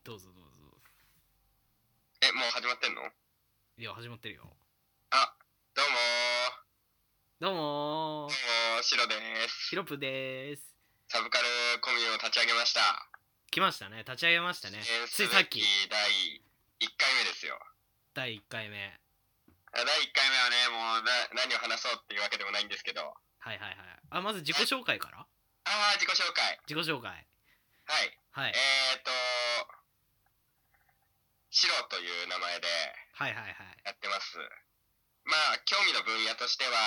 どうぞどうぞ。 もう始まってんの？ いや、始まってるよ。 あ、どうもどうもー。 どうも、シロです。 ヒロプでーす。 サブカルコミュを立ち上げました。 来ましたね。立ち上げましたね。ついすさっき。 べき第1回目ですよ。 第1回目。 第1回目はね、もう何を話そうっていうわけでもないんですけど。 はいはいはい。あ、まず自己紹介から。 自己紹介。 自己紹介。 はい。 はい。 シロという名前ではいはいはい。 やってます。まあ、興味の分野としては、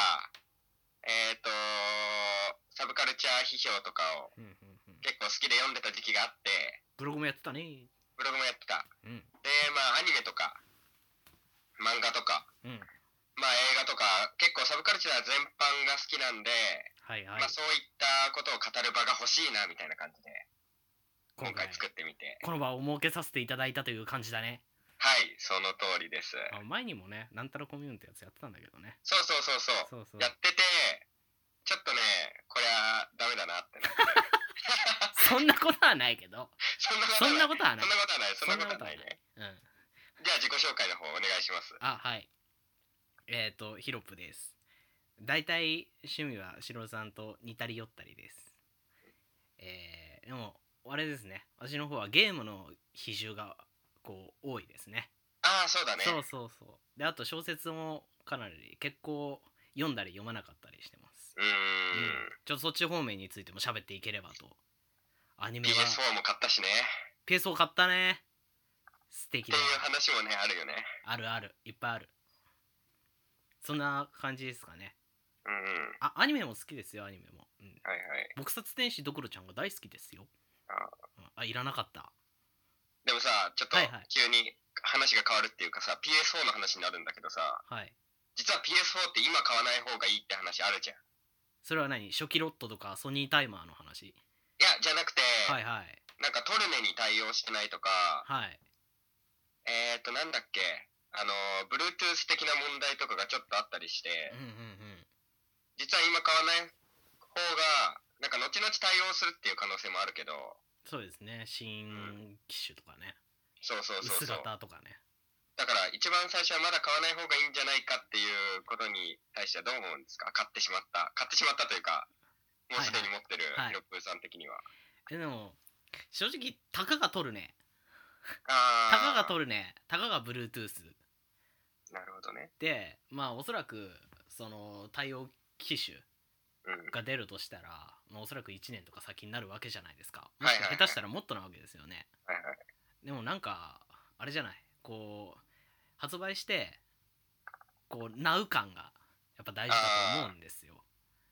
サブカルチャー批評とかを結構好きで読んでた時期があって、 ブログもやってたね。 ブログもやってた。 うん。 で、まあ、アニメとか、漫画とか、 うん。 まあ、映画とか、結構サブカルチャー全般が好きなんで、 はいはい。 まあ、そういったことを語る場が欲しいな、みたいな感じで、今回作ってみて。 この場を設けさせていただいたという感じだね。 はい、その通りです。 前にもね、なんたらコミューンってやつやってたんだけどね。 そうやってて、ちょっとね、これはダメだなってなって。 そんなことはないけど。そんなことはない。 そんなことはないね。 うん。 じゃあ自己紹介の方お願いします。 はい。ヒロプです。大体趣味はシロさんと似たり寄ったりです。でもあれですね、私の方はゲームの比重がこう多いですね。 そうだね。 そうで、あと小説もかなり結構読んだり読まなかったりしてます。ちょっとそっち方面についても喋っていければと。アニメは PS4 も買ったしね。 PS4 買ったね。素敵だっていう話もね、あるよね。 あるいっぱいある。そんな感じですかね。アニメも好きですよ。アニメも、 はいはい。 撲殺天使ドクロちゃんが大好きですよ。いらなかった。 でもさ、ちょっと急に話が変わるっていうかさ、PS4 の話になるんだけどさ、 はい、 実は PS4 って今買わない方がいいって話あるじゃん。 それは何？初期ロットとかソニータイマーの話？ いや、じゃなくて、 はいはい、 なんかトルネに対応してないとか、 はい、 なんだっけ、Bluetooth 的な問題とかがちょっとあったりして、実は今買わない方が、なんか後々対応するっていう可能性もあるけど。 そうですね、新機種とかね、 そう薄型とかね。 だから一番最初はまだ買わない方がいいんじゃないかっていうことに対してはどう思うんですか？買ってしまったというか、もうすでに持ってるヒロプーさん的には。 でも正直たかが取るね。 たかが取るね。たかが Bluetooth。 なるほどね。 で、まあおそらくその対応機種が出るとしたら、おそらく1年とか先になるわけじゃないですか。もし下手したらもっとなわけですよね。でもなんかあれじゃない、こう発売してこうナウ感がやっぱ大事だと思うんですよ。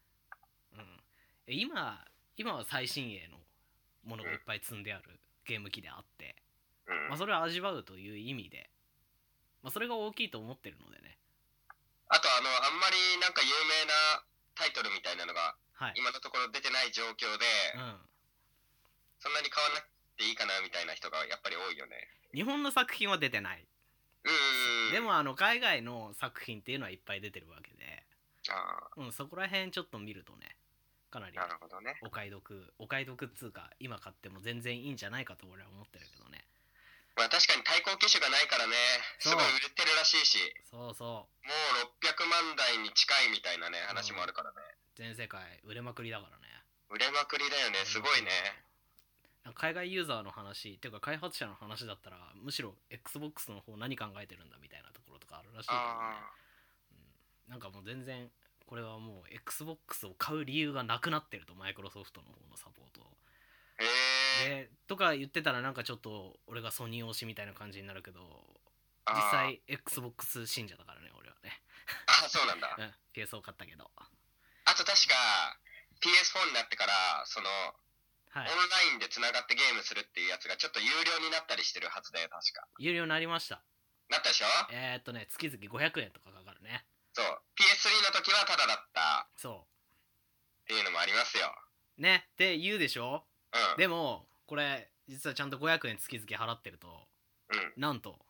今は最新鋭のものがいっぱい積んであるゲーム機であって、それを味わうという意味で、それが大きいと思ってるのでね。 あとあんまりなんか有名なタイトルみたいなのが今のところ出てない状況で、そんなに買わなくていいかなみたいな人がやっぱり多いよね。 日本の作品は出てない。でも海外の作品っていうのはいっぱい出てるわけで、そこら辺ちょっと見るとね、かなりお買い得っつうか、今買っても全然いいんじゃないかと俺は思ってるけどね。 まあ確かに対抗機種がないからね、すごい売れてるらしいし、もう600万台に近いみたいなね話もあるからね。 全世界売れまくりだからね。 売れまくりだよね、すごいね。 海外ユーザーの話っていうか開発者の話だったら、むしろ XBOX の方何考えてるんだみたいなところとかあるらしいけどね。なんかもう全然これはもう XBOX を買う理由がなくなってると、マイクロソフトの方のサポートでとか言ってたら、なんかちょっと俺がソニー推しみたいな感じになるけど、実際 XBOX 信者だからね、俺はね。 そうなんだ。 PS を買ったけど。 あと確か PS4 になってからその、オンラインでつながってゲームするっていうやつがちょっと有料になったりしてるはずだよ、確か。 有料になりました。 なったでしょ？ 月々500円とかかかるね。 そう、 PS3 の時はタダだった。 そうっていうのもありますよねって言うでしょ。でもこれ実はちゃんと500円月々払ってると、なんと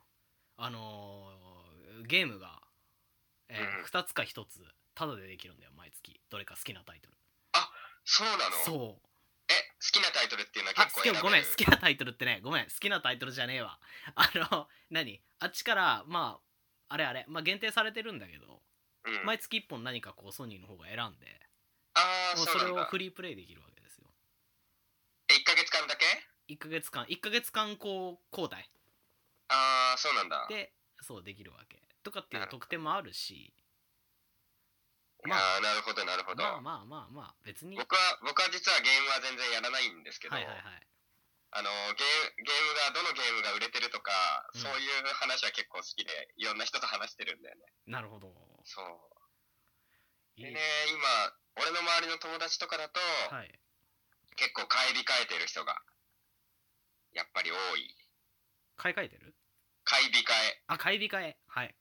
ゲームが、2つか1つタダでできるんだよ、毎月。どれか好きなタイトル。 そうなの？ そう。 好ききなタイトルっていうのは結構選べる。 ごめん、好きなタイトルってね、ごめん、好きなタイトルじゃねえわ。あっちからまあまあ限定されてるんだけど、 うん、 毎月1本何かこうソニーの方が選んで、 ああ、 もうそれをフリープレイできるわけですよ。 1ヶ月間だけ 1ヶ月間こう交代ああ、そうなんだ。 でそうできるわけとかっていう特典もあるし、 まあ、なるほどなるほど。 まあ別に僕は実はゲームは全然やらないんですけど、 はいはいはい、 ゲームがどのゲームが売れてるとか、 うん、 そういう話は結構好きでいろんな人と話してるんだよね。 なるほど。 そうでね、今俺の周りの友達とかだと、 はい、 結構買い控えてる人がやっぱり多い。 買い替えてる？ 買い控え。 買い控え、はい。 うん。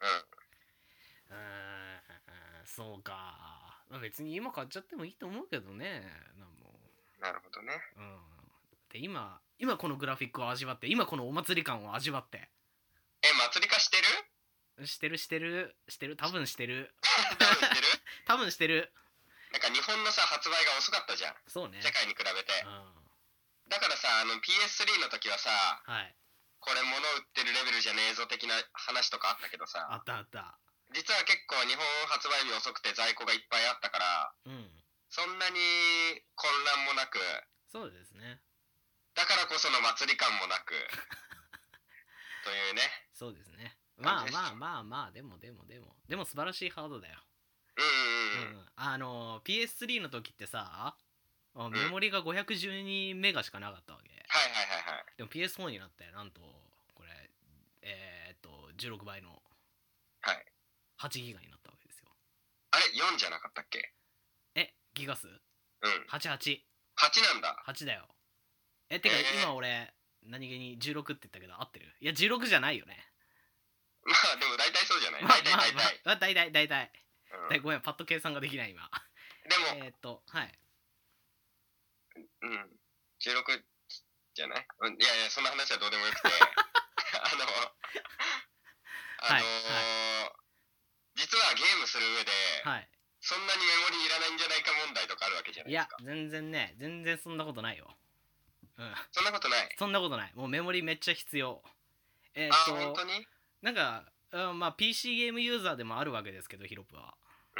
そうか。別に今買っちゃってもいいと思うけどね。 なるほどね。 うん。で今このグラフィックを味わって、今このお祭り感を味わって。 祭り化してる？ してる。多分してる。 多分してる？ 多分してる。 なんか日本のさ発売が遅かったじゃん。 そうね。 世界に比べて。 うん。 だからさPS3 の時はさ、 はい。 これ物売ってるレベルじゃねえぞ的な話とかあったけどさ。 あった。 実は結構日本発売日遅くて在庫がいっぱいあったから、 うん。 そんなに混乱もなく。 そうですね。 だからこその祭り感もなくというね。 そうですね。まあでも素晴らしいハードだよ。PS3 の時ってさ、メモリが512メガしかなかったわけ。 はいはいはいはい。 でも PS4 になってなんとこれ16倍の8ギガになったわけですよ。 あれ4じゃなかったっけ？ ギガ数？ うん。 88 なんだ。 8だよ。てか今俺何気に16って言ったけど合ってる？いや16じゃないよね。 まあでも大体そうじゃない？ 大体、ごめんパッと計算ができない今。 でもはい 16じゃない？いやそんな話はどうでもよくて実はゲームする上で、そんなにメモリいらないんじゃないか問題とかあるわけじゃないですか。 いや全然そんなことないよ。 そんなことない。 そんなことない。もうメモリめっちゃ必要。 本当に？ なんか、まあ PC ゲームユーザーでもあるわけですけどヒロプは。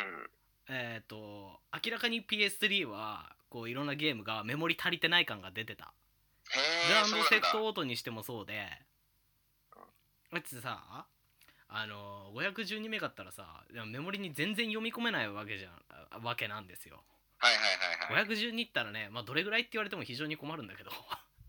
明らかに PS3 はこういろんなゲームがメモリ足りてない感が出てた。グランドセフトオートにしてもそうで、だってさ512メガったらさメモリに全然読み込めないわけなんですよ。512ったらね、まあどれぐらいって言われても非常に困るんだけど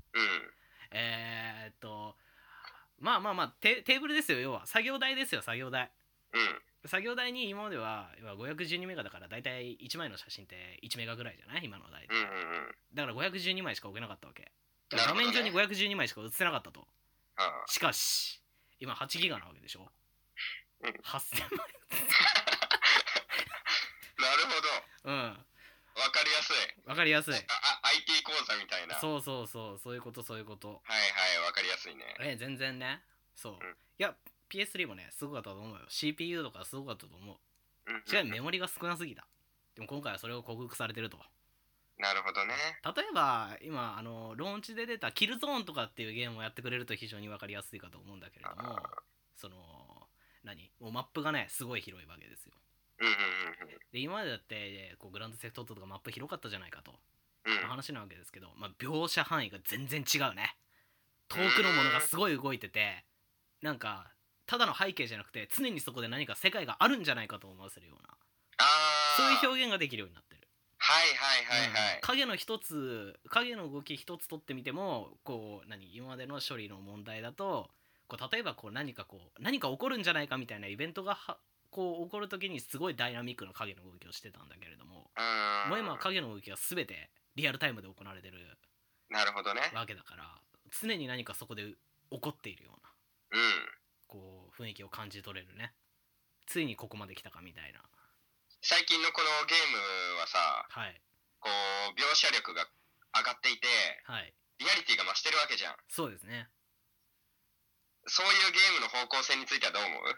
まあテーブルですよ。要は作業台ですよ。作業台に今までは512メガだからだいたい1枚の写真って1メガぐらいじゃない今の台で。だから512枚しか置けなかったわけ。画面上に512枚しか映ってなかったと。しかし今8ギガなわけでしょ。8000枚なるほど。わかりやすい。IT 講座みたいな。 そういうこと。 わかりやすいね。 全然ね。そう、いや PS3 もねすごかったと思うよ。 CPU とかすごかったと思う。違う、メモリが少なすぎた。でも今回はそれを克服されてると。 なるほどね。 例えば今ローンチで出たキルゾーンとかっていうゲームをやってくれると非常に分かりやすいかと思うんだけれども、もうマップがねすごい広いわけですよ。で今までだってこうグランドセフトオートとかマップ広かったじゃないかと、話なわけですけど、描写範囲が全然違うね。遠くのものがすごい動いてて、なんかただの背景じゃなくて常にそこで何か世界があるんじゃないかと思わせるような、そういう表現ができるようになってる。影の動き一つ取ってみてもこう今までの処理の問題だと例えば何か起こるんじゃないかみたいなイベントがこう起こるときにすごいダイナミックな影の動きをしてたんだけれども、もう今影の動きが全てリアルタイムで行われてるわけだから、常に何かそこで起こっているような、こう雰囲気を感じ取れるね。ついにここまで来たかみたいな。 最近のこのゲームはさ、こう描写力が上がっていて、リアリティが増してるわけじゃん。 そうですね。 そういうゲームの方向性についてはどう思う？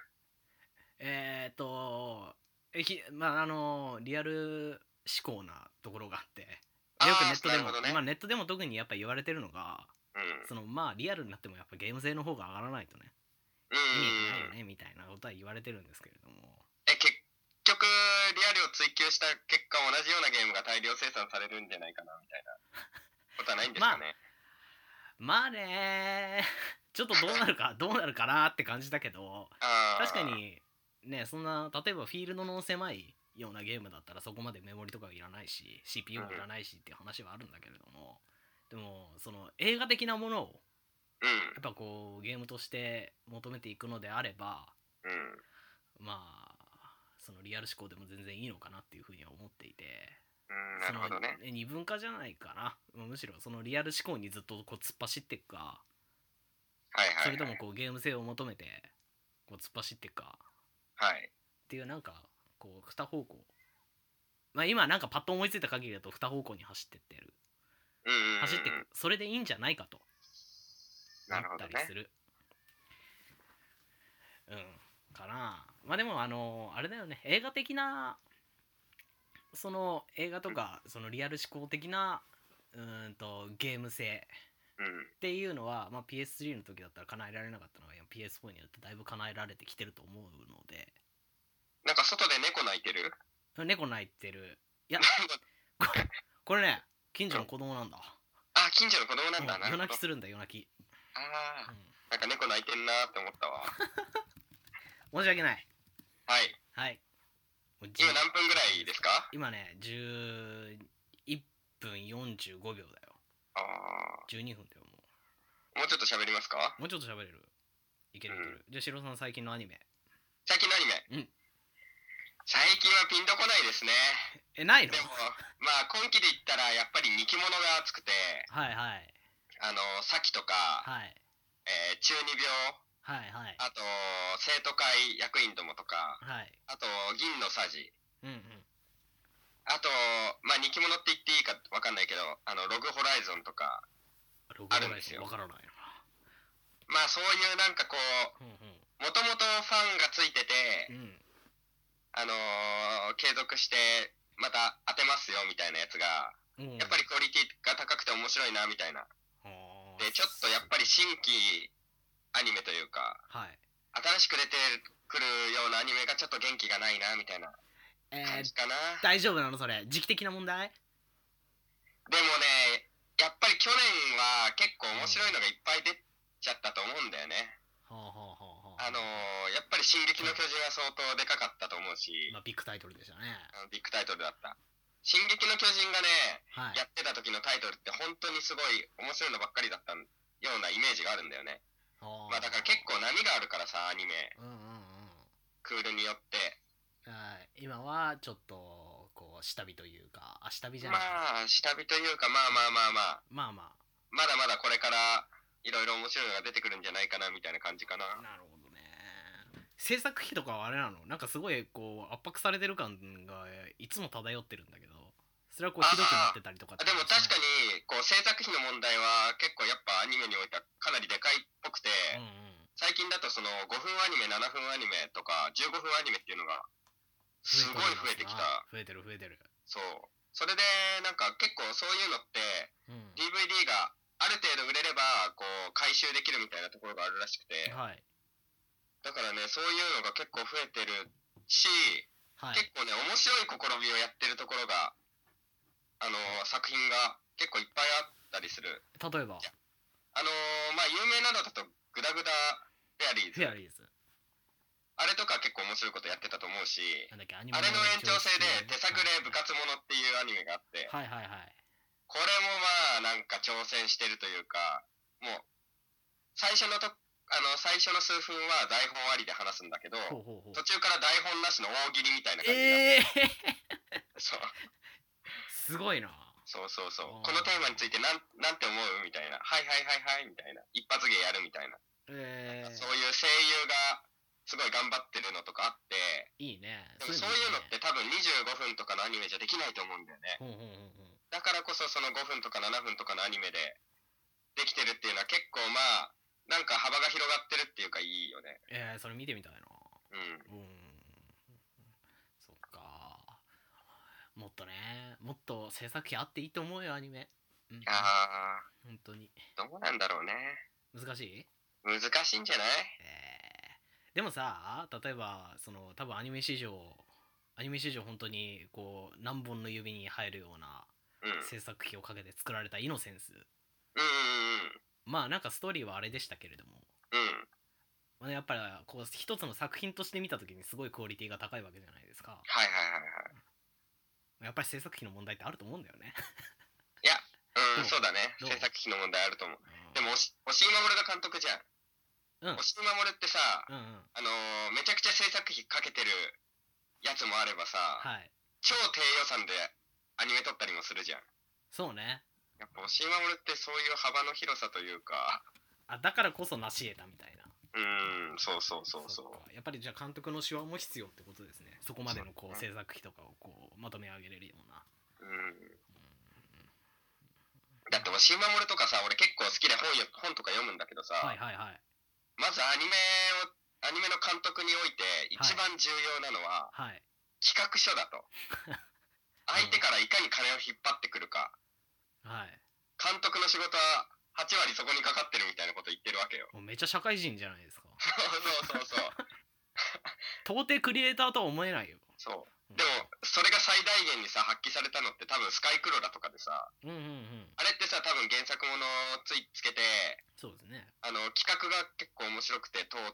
リアル思考なところがあって、 よくネットでも、 ね、 今ネットでも特にやっぱ言われてるのが、 うん、 そのまあリアルになってもやっぱゲーム性の方が上がらないとね、 うん、 意味がないよねみたいなことは言われてるんですけれども、 結局リアルを追求した結果同じようなゲームが大量生産されるんじゃないかなみたいなことはないんですかね。 まあねちょっとどうなるかなって感じだけど、確かにね、そんな例えばフィールドの狭いようなゲームだったらそこまでメモリとかいらないし CPU もいらないしっていう話はあるんだけれども、でもその映画的なものをやっぱこうゲームとして求めていくのであれば、まあそのリアル思考でも全然いいのかなっていうふうには思っていて、 なるほどね。 その二分化じゃないかな、むしろそのリアル思考にずっとこう突っ走っていくか、それともこうゲーム性を求めてこう突っ走っていくか、っていうなんかこう二方向、まあ今なんかパッと思いついた限りだと二方向に走ってってる、走っていく、それでいいんじゃないかと思ったりする。かな。まあでもあれだよね、映画的なその映画とかそのリアル思考的なゲーム性っていうのは、まあ、PS3 の時だったら叶えられなかったのが PS4 によってだいぶ叶えられてきてると思うので。 なんか外で猫鳴いてる？ 猫鳴いてる。いやこれね、近所の子供なんだ。 あ、近所の子供なんだ。 夜泣きするんだ、夜泣き。 なんか猫鳴いてんなって思ったわ。 申し訳ない。 はい。今何分ぐらいですか？ 今ね、11分45秒だよ。12分だよ、 もうちょっと喋りますか？ もうちょっと喋れる。いける。じゃあ、シロさん最近のアニメ。 最近最近はピンとこないですね。 ないの？ でも、まあ今期で言ったらやっぱり人気者が熱くて、サキとか、中二病、あと生徒会役員どもとか、あと銀のさじ、あとまあ人気者って言っていいかわかんないけど、ログホライゾンとかあるんですよ。 わからないな。 まあそういうなんかこう、もともとファンがついてて、継続してまた当てますよみたいなやつが、やっぱりクオリティが高くて面白いなみたいな。でちょっとやっぱり新規アニメというか、新しく出てくるようなアニメがちょっと元気がないなみたいな感じかな。 大丈夫なのそれ？時期的な問題？ でもね、やっぱり去年は結構面白いのがいっぱい出ちゃったと思うんだよね。やっぱり「進撃の巨人」は相当でかかったと思うし、 ビッグタイトルでしたね。 ビッグタイトルだった。「進撃の巨人」がね、やってた時のタイトルって本当にすごい面白いのばっかりだったようなイメージがあるんだよね。まあだから結構波があるからさ、アニメ、クールによって。 今はちょっとこう下火というか、下火じゃない、 まあ下火というか、まだまだこれからいろいろ面白いのが出てくるんじゃないかなみたいな感じかな。 なるほどね。制作費とかはあれなの？なんかすごいこう圧迫されてる感がいつも漂ってるんだけど、それはこうひどくなってたりとかって、 でも確かにこう制作費の問題は結構やっぱアニメにおいてはかなりでかいっぽくて、最近だとその5分アニメ、7分アニメとか15分アニメっていうのがすごい増えてきた。 増えてる。 そう。それでなんか結構そういうのって、DVD がある程度売れればこう回収できるみたいなところがあるらしくて、だからね、そういうのが結構増えてるし、結構ね面白い試みをやってるところが作品が結構いっぱいあったりする。 例えばまあ有名なのだとグダグダフェアリーズ。あれとか結構面白いことやってたと思うし、あれの延長線で手探れ部活ものっていうアニメがあって、これもまあなんか挑戦してるというか、もう最初の数分は台本ありで話すんだけど、途中から台本なしの大喜利みたいな感じになって、そうすごいな。 そうこのテーマについてなんて思うみたいな、はいみたいな、一発芸やるみたいな、そういう声優がすごい頑張ってるのとかあって、 いいね。 でもそういうのって多分25分とかのアニメじゃできないと思うんだよね。だからこそその5分とか7分とかのアニメでできてるっていうのは結構まあなんか幅が広がってるっていうかいいよね。 それ見てみたいな。そっか。 もっとね、もっと制作費あっていいと思うよアニメ。うん、本当に。 どうなんだろうね。 難しい？ 難しいんじゃない？ でもさ、例えばその多分アニメ史上本当にこう何本の指に入るような制作費をかけて作られたイノセンス、まあなんかストーリーはあれでしたけれども、まあ、やっぱりこう一つの作品として見た時にすごいクオリティが高いわけじゃないですか。 はいはいはいはい。 やっぱり制作費の問題ってあると思うんだよね。 いや、そうだね。制作費の問題あると思う。でも押井守が監督じゃん。押井守ってさ、めちゃくちゃ制作費かけてるやつもあればさ、超低予算でアニメ撮ったりもするじゃん。 そうね。 やっぱ押井守ってそういう幅の広さというか、 だからこそ成し得たみたいな。 そうそうそうそう。 やっぱりじゃあ監督の手腕も必要ってことですね。そこまでのこう制作費とかをこうまとめ上げれるような。 だって押井守とかさ、俺結構好きで本とか読むんだけどさ、まずアニメの監督において一番重要なのは、企画書だと。相手からいかに金を引っ張ってくるか。監督の仕事は8割そこにかかってるみたいなこと言ってるわけよ。 もうめっちゃ社会人じゃないですか。 そう到底クリエイターとは思えないよ。 そう。でもそれが最大限にさ発揮されたのって多分スカイクロラとかでさ、あれってさ多分原作ものをつけて、 そうですね、 企画が結構面白くて通って、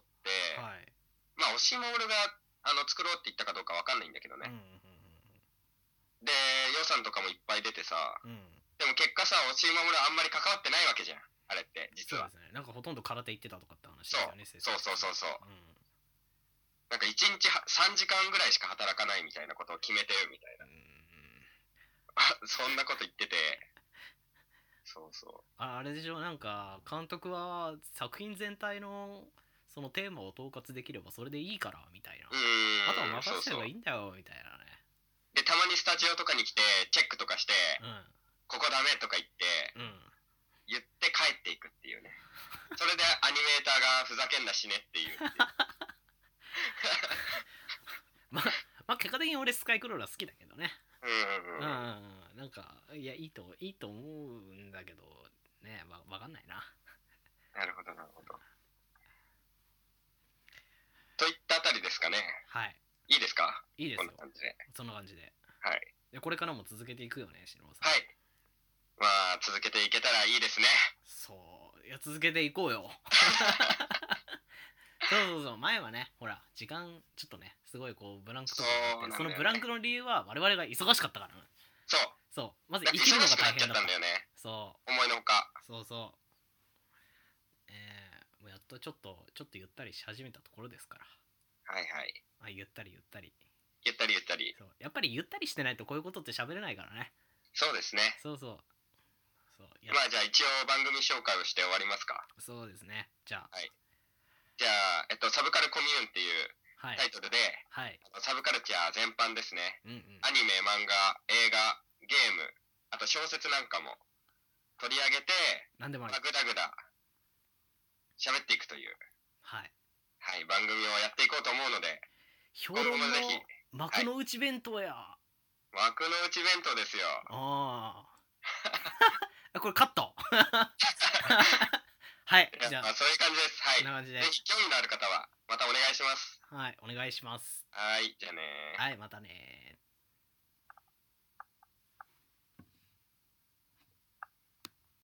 まあ押し守が作ろうって言ったかどうかわかんないんだけどね、で予算とかもいっぱい出てさ、でも結果さ押し守はあんまり関わってないわけじゃん、あれって実は。 そうですね、なんかほとんど空手行ってたとかって話ですよね。 そうなんか1日3時間ぐらいしか働かないみたいなことを決めてるみたいな。そんなこと言ってて、 あれでしょ、なんか監督は作品全体のそのテーマを統括できればそれでいいからみたいな、あとは任せればいいんだよみたいなね。 でたまにスタジオとかに来てチェックとかして、ここダメとか言って、言って帰っていくっていうね。それでアニメーターがふざけんなしねっていう。 まあ結果的に俺スカイクローラー好きだけどね。なんかいやいいと思うんだけどね、わかんないな。 なるほど。といったあたりですかね。いいですか？ いいですよ。そんな感じで。でこれからも続けていくよね、しのぶさん。 まあ続けていけたらいいですね。 いや続けていこうよ。そう前はね、ほら時間ちょっとねすごいこうブランクとかあって、そのブランクの理由は我々が忙しかったから。まず生きるのが大変だったんだよね。 思いのほか。 もうやっとちょっとゆったりし始めたところですから。ゆったりやっぱりゆったりしてないとこういうことって喋れないからね。 そうですね。まあじゃあ一応番組紹介をして終わりますか。 そうですね。じゃあサブカルコミューンっていうタイトルで、サブカルチャー全般ですね、アニメ、漫画、映画、ゲーム、あと小説なんかも取り上げて、 ぐだぐだ喋っていくという、番組をやっていこうと思うので、 評論の幕の内弁当や。 幕の内弁当ですよ。 これカット。じゃあそういう感じです。 こんな感じで、 ぜひ興味のある方はまたお願いします。 お願いします。 じゃあね。 またね。